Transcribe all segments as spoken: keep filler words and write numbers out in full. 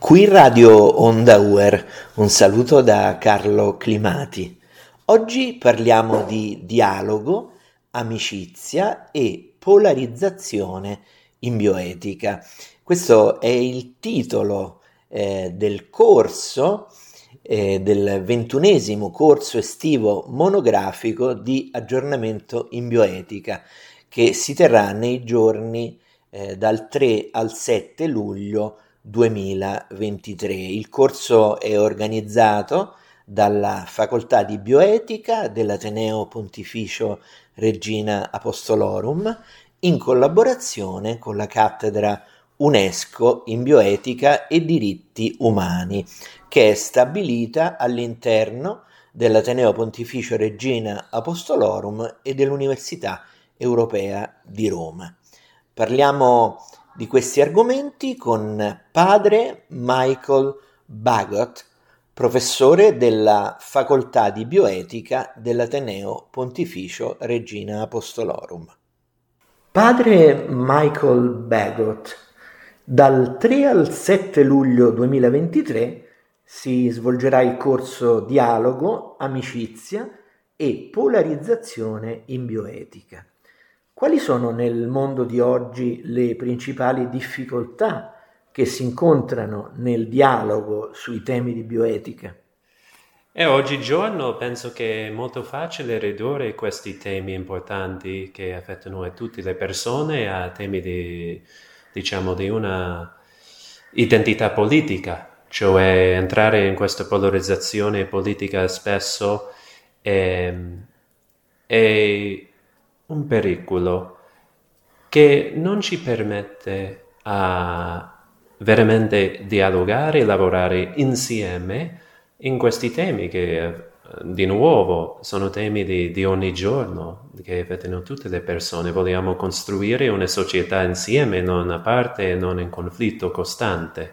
Qui Radio Onda U R, un saluto da Carlo Climati. Oggi parliamo di dialogo, amicizia e polarizzazione in bioetica. Questo è il titolo eh, del corso, eh, del ventunesimo corso estivo monografico di aggiornamento in bioetica, che si terrà nei giorni eh, dal tre al sette luglio duemilaventitré. Il corso è organizzato dalla Facoltà di Bioetica dell'Ateneo Pontificio Regina Apostolorum in collaborazione con la cattedra UNESCO in bioetica e diritti umani, che è stabilita all'interno dell'Ateneo Pontificio Regina Apostolorum e dell'Università Europea di Roma. Parliamo di questi argomenti con padre Michael Bagot, professore della Facoltà di Bioetica dell'Ateneo Pontificio Regina Apostolorum. Padre Michael Bagot, dal tre al sette luglio duemilaventitré si svolgerà il corso Dialogo, Amicizia e Polarizzazione in bioetica. Quali sono nel mondo di oggi le principali difficoltà che si incontrano nel dialogo sui temi di bioetica? E oggigiorno penso che è molto facile ridurre questi temi importanti che affettano a tutte le persone a temi di, diciamo, di una identità politica, cioè entrare in questa polarizzazione politica spesso è, è un pericolo che non ci permette a veramente dialogare e lavorare insieme in questi temi che di nuovo sono temi di, di ogni giorno che affettano tutte le persone. Vogliamo costruire una società insieme, non a parte, non in conflitto costante.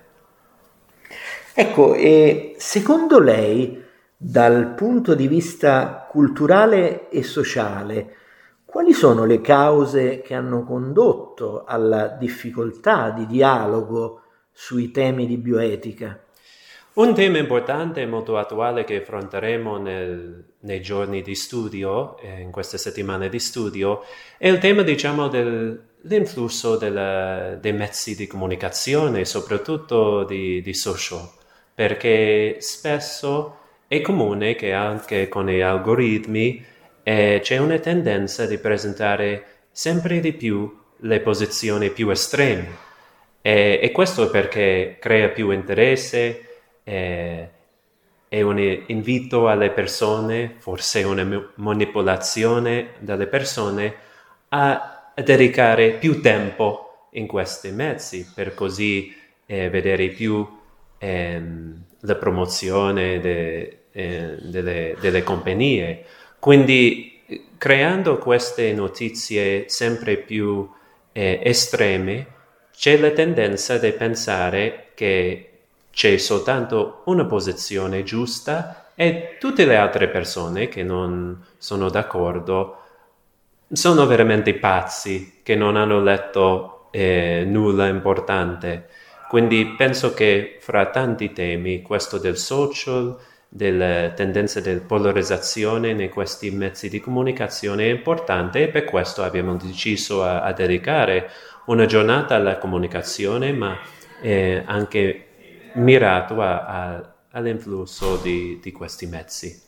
Ecco, e secondo lei, dal punto di vista culturale e sociale, quali sono le cause che hanno condotto alla difficoltà di dialogo sui temi di bioetica? Un tema importante e molto attuale che affronteremo nel, nei giorni di studio, eh, in queste settimane di studio, è il tema, diciamo, dell'influsso della, dei mezzi di comunicazione, soprattutto di, di social, perché spesso è comune che anche con gli algoritmi eh, c'è una tendenza di presentare sempre di più le posizioni più estreme, e, e questo perché crea più interesse. È, è un invito alle persone, forse una manipolazione delle persone a, a dedicare più tempo in questi mezzi per così eh, vedere più ehm, la promozione de, eh, delle, delle compagnie. Quindi creando queste notizie sempre più eh, estreme c'è la tendenza di pensare che c'è soltanto una posizione giusta e tutte le altre persone che non sono d'accordo sono veramente pazzi, che non hanno letto eh, nulla importante. Quindi penso che fra tanti temi, questo del social, delle tendenze di polarizzazione in questi mezzi di comunicazione è importante e per questo abbiamo deciso a, a dedicare una giornata alla comunicazione, ma eh, anche mirato a, a, all'influsso di, di questi mezzi.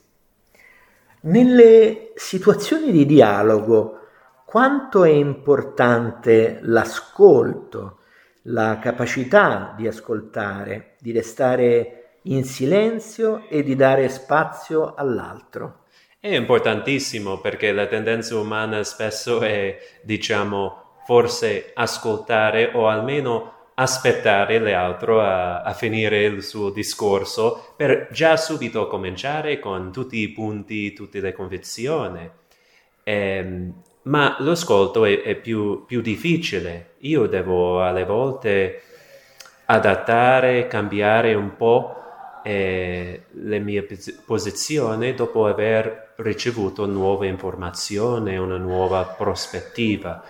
Nelle situazioni di dialogo, quanto è importante l'ascolto, la capacità di ascoltare, di restare in silenzio e di dare spazio all'altro? È importantissimo perché la tendenza umana spesso è, diciamo, forse ascoltare o almeno aspettare l'altro a, a finire il suo discorso per già subito cominciare con tutti i punti, tutte le convinzioni. Eh, ma l'ascolto è, è più, più difficile. Io devo alle volte adattare, cambiare un po' eh, le mie posizioni dopo aver ricevuto nuove informazioni, una nuova prospettiva.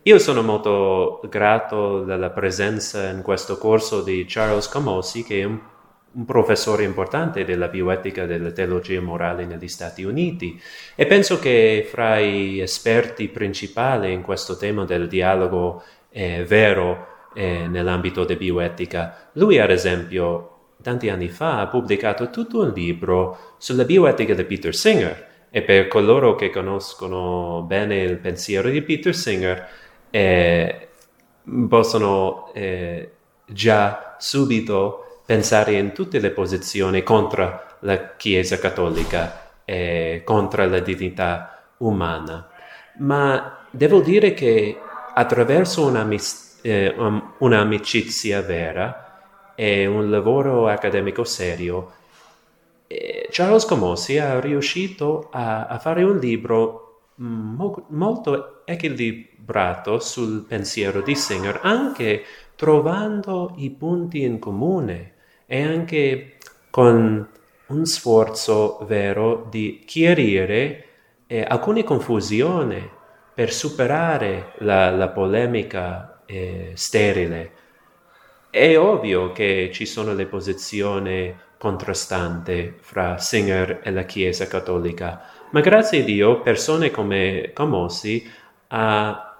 io sono molto grato della presenza in questo corso di Charles Camossi, che è un, un professore importante della bioetica e della teologia morale negli Stati Uniti, e penso che fra gli esperti principali in questo tema del dialogo eh, vero eh, nell'ambito di bioetica, lui ad esempio tanti anni fa ha pubblicato tutto un libro sulla bioetica di Peter Singer, e per coloro che conoscono bene il pensiero di Peter Singer eh, possono eh, già subito pensare in tutte le posizioni contro la Chiesa Cattolica e contro la dignità umana. Ma devo dire che attraverso un'amic- eh, un'amicizia vera e un lavoro accademico serio, eh, Charles Camossi è riuscito a, a fare un libro mo- molto equilibrato sul pensiero di Singer, anche trovando i punti in comune e anche con un sforzo vero di chiarire eh, alcune confusioni per superare la, la polemica eh, sterile. È ovvio che ci sono le posizioni contrastanti fra Singer e la Chiesa Cattolica, ma grazie a Dio persone come Camossi ha,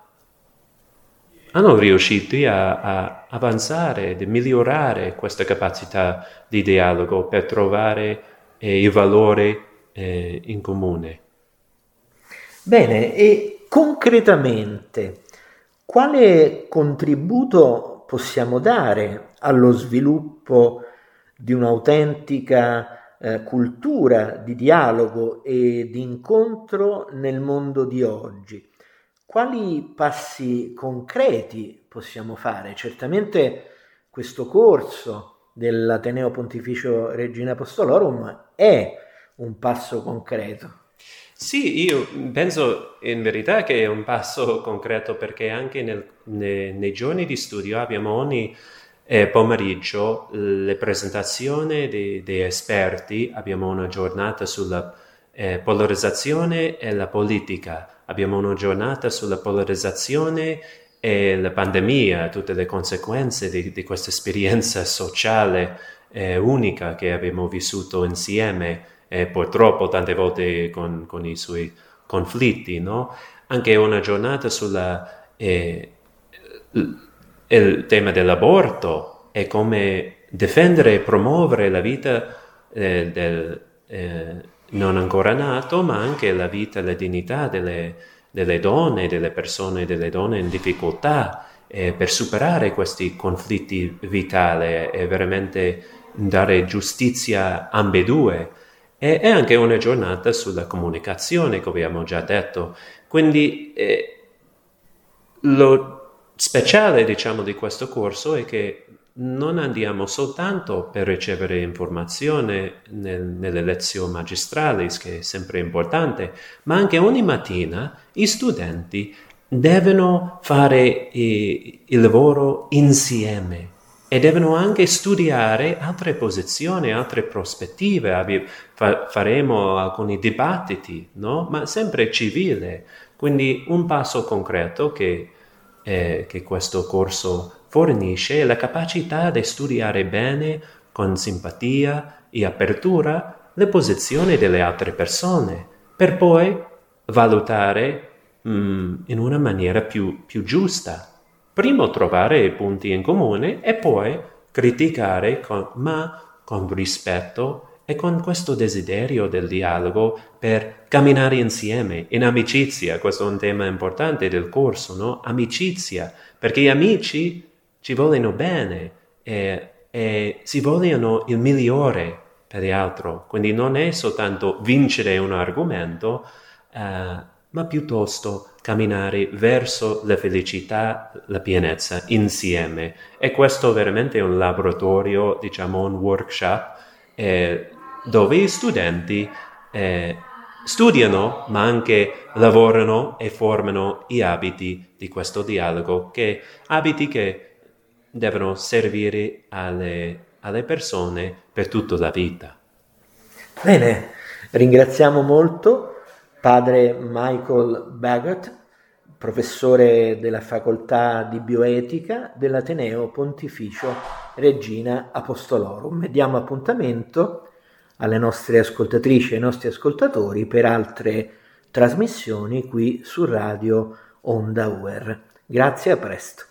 hanno riuscito a, a avanzare, a migliorare questa capacità di dialogo per trovare eh, i valori eh, in comune. Bene, e concretamente quale contributo possiamo dare allo sviluppo di un'autentica eh, cultura di dialogo e di incontro nel mondo di oggi? Quali passi concreti possiamo fare? Certamente questo corso dell'Ateneo Pontificio Regina Apostolorum è un passo concreto. Sì, io penso in verità che è un passo concreto, perché anche nel, ne, nei giorni di studio abbiamo ogni eh, pomeriggio le presentazioni dei, dei esperti, abbiamo una giornata sulla eh, polarizzazione e la politica, abbiamo una giornata sulla polarizzazione e la pandemia, tutte le conseguenze di, di questa esperienza sociale eh, unica che abbiamo vissuto insieme. E purtroppo tante volte con, con i suoi conflitti, no? Anche una giornata sulla eh, il tema dell'aborto e come difendere e promuovere la vita eh, del eh, non ancora nato, ma anche la vita e la dignità delle, delle donne, delle persone, delle donne in difficoltà, eh, per superare questi conflitti vitali e veramente dare giustizia a ambedue. E è anche una giornata sulla comunicazione, come abbiamo già detto. Quindi eh, lo speciale, diciamo, di questo corso è che non andiamo soltanto per ricevere informazione nel, nelle lezioni magistrali, che è sempre importante, ma anche ogni mattina i studenti devono fare eh, il lavoro insieme. E devono anche studiare altre posizioni, altre prospettive. Fa- faremo alcuni dibattiti, no? Ma sempre civile. Quindi un passo concreto che, eh, che questo corso fornisce è la capacità di studiare bene, con simpatia e apertura, le posizioni delle altre persone, per poi valutare mh, in una maniera più, più giusta. Primo trovare i punti in comune e poi criticare, con, ma con rispetto e con questo desiderio del dialogo per camminare insieme, in amicizia. Questo è un tema importante del corso, no? Amicizia, perché gli amici ci vogliono bene e, e si vogliono il migliore per gli altri. Quindi non è soltanto vincere un argomento, eh, ma piuttosto camminare verso la felicità, la pienezza insieme. E questo veramente è un laboratorio, diciamo un workshop, eh, dove gli studenti eh, studiano, ma anche lavorano e formano gli abiti di questo dialogo, che abiti che devono servire alle, alle persone per tutta la vita. Bene, ringraziamo molto Padre Michael Bagot professore della Facoltà di Bioetica dell'Ateneo Pontificio Regina Apostolorum. E diamo appuntamento alle nostre ascoltatrici e ai nostri ascoltatori per altre trasmissioni qui su Radio Onda U R. Grazie, a presto.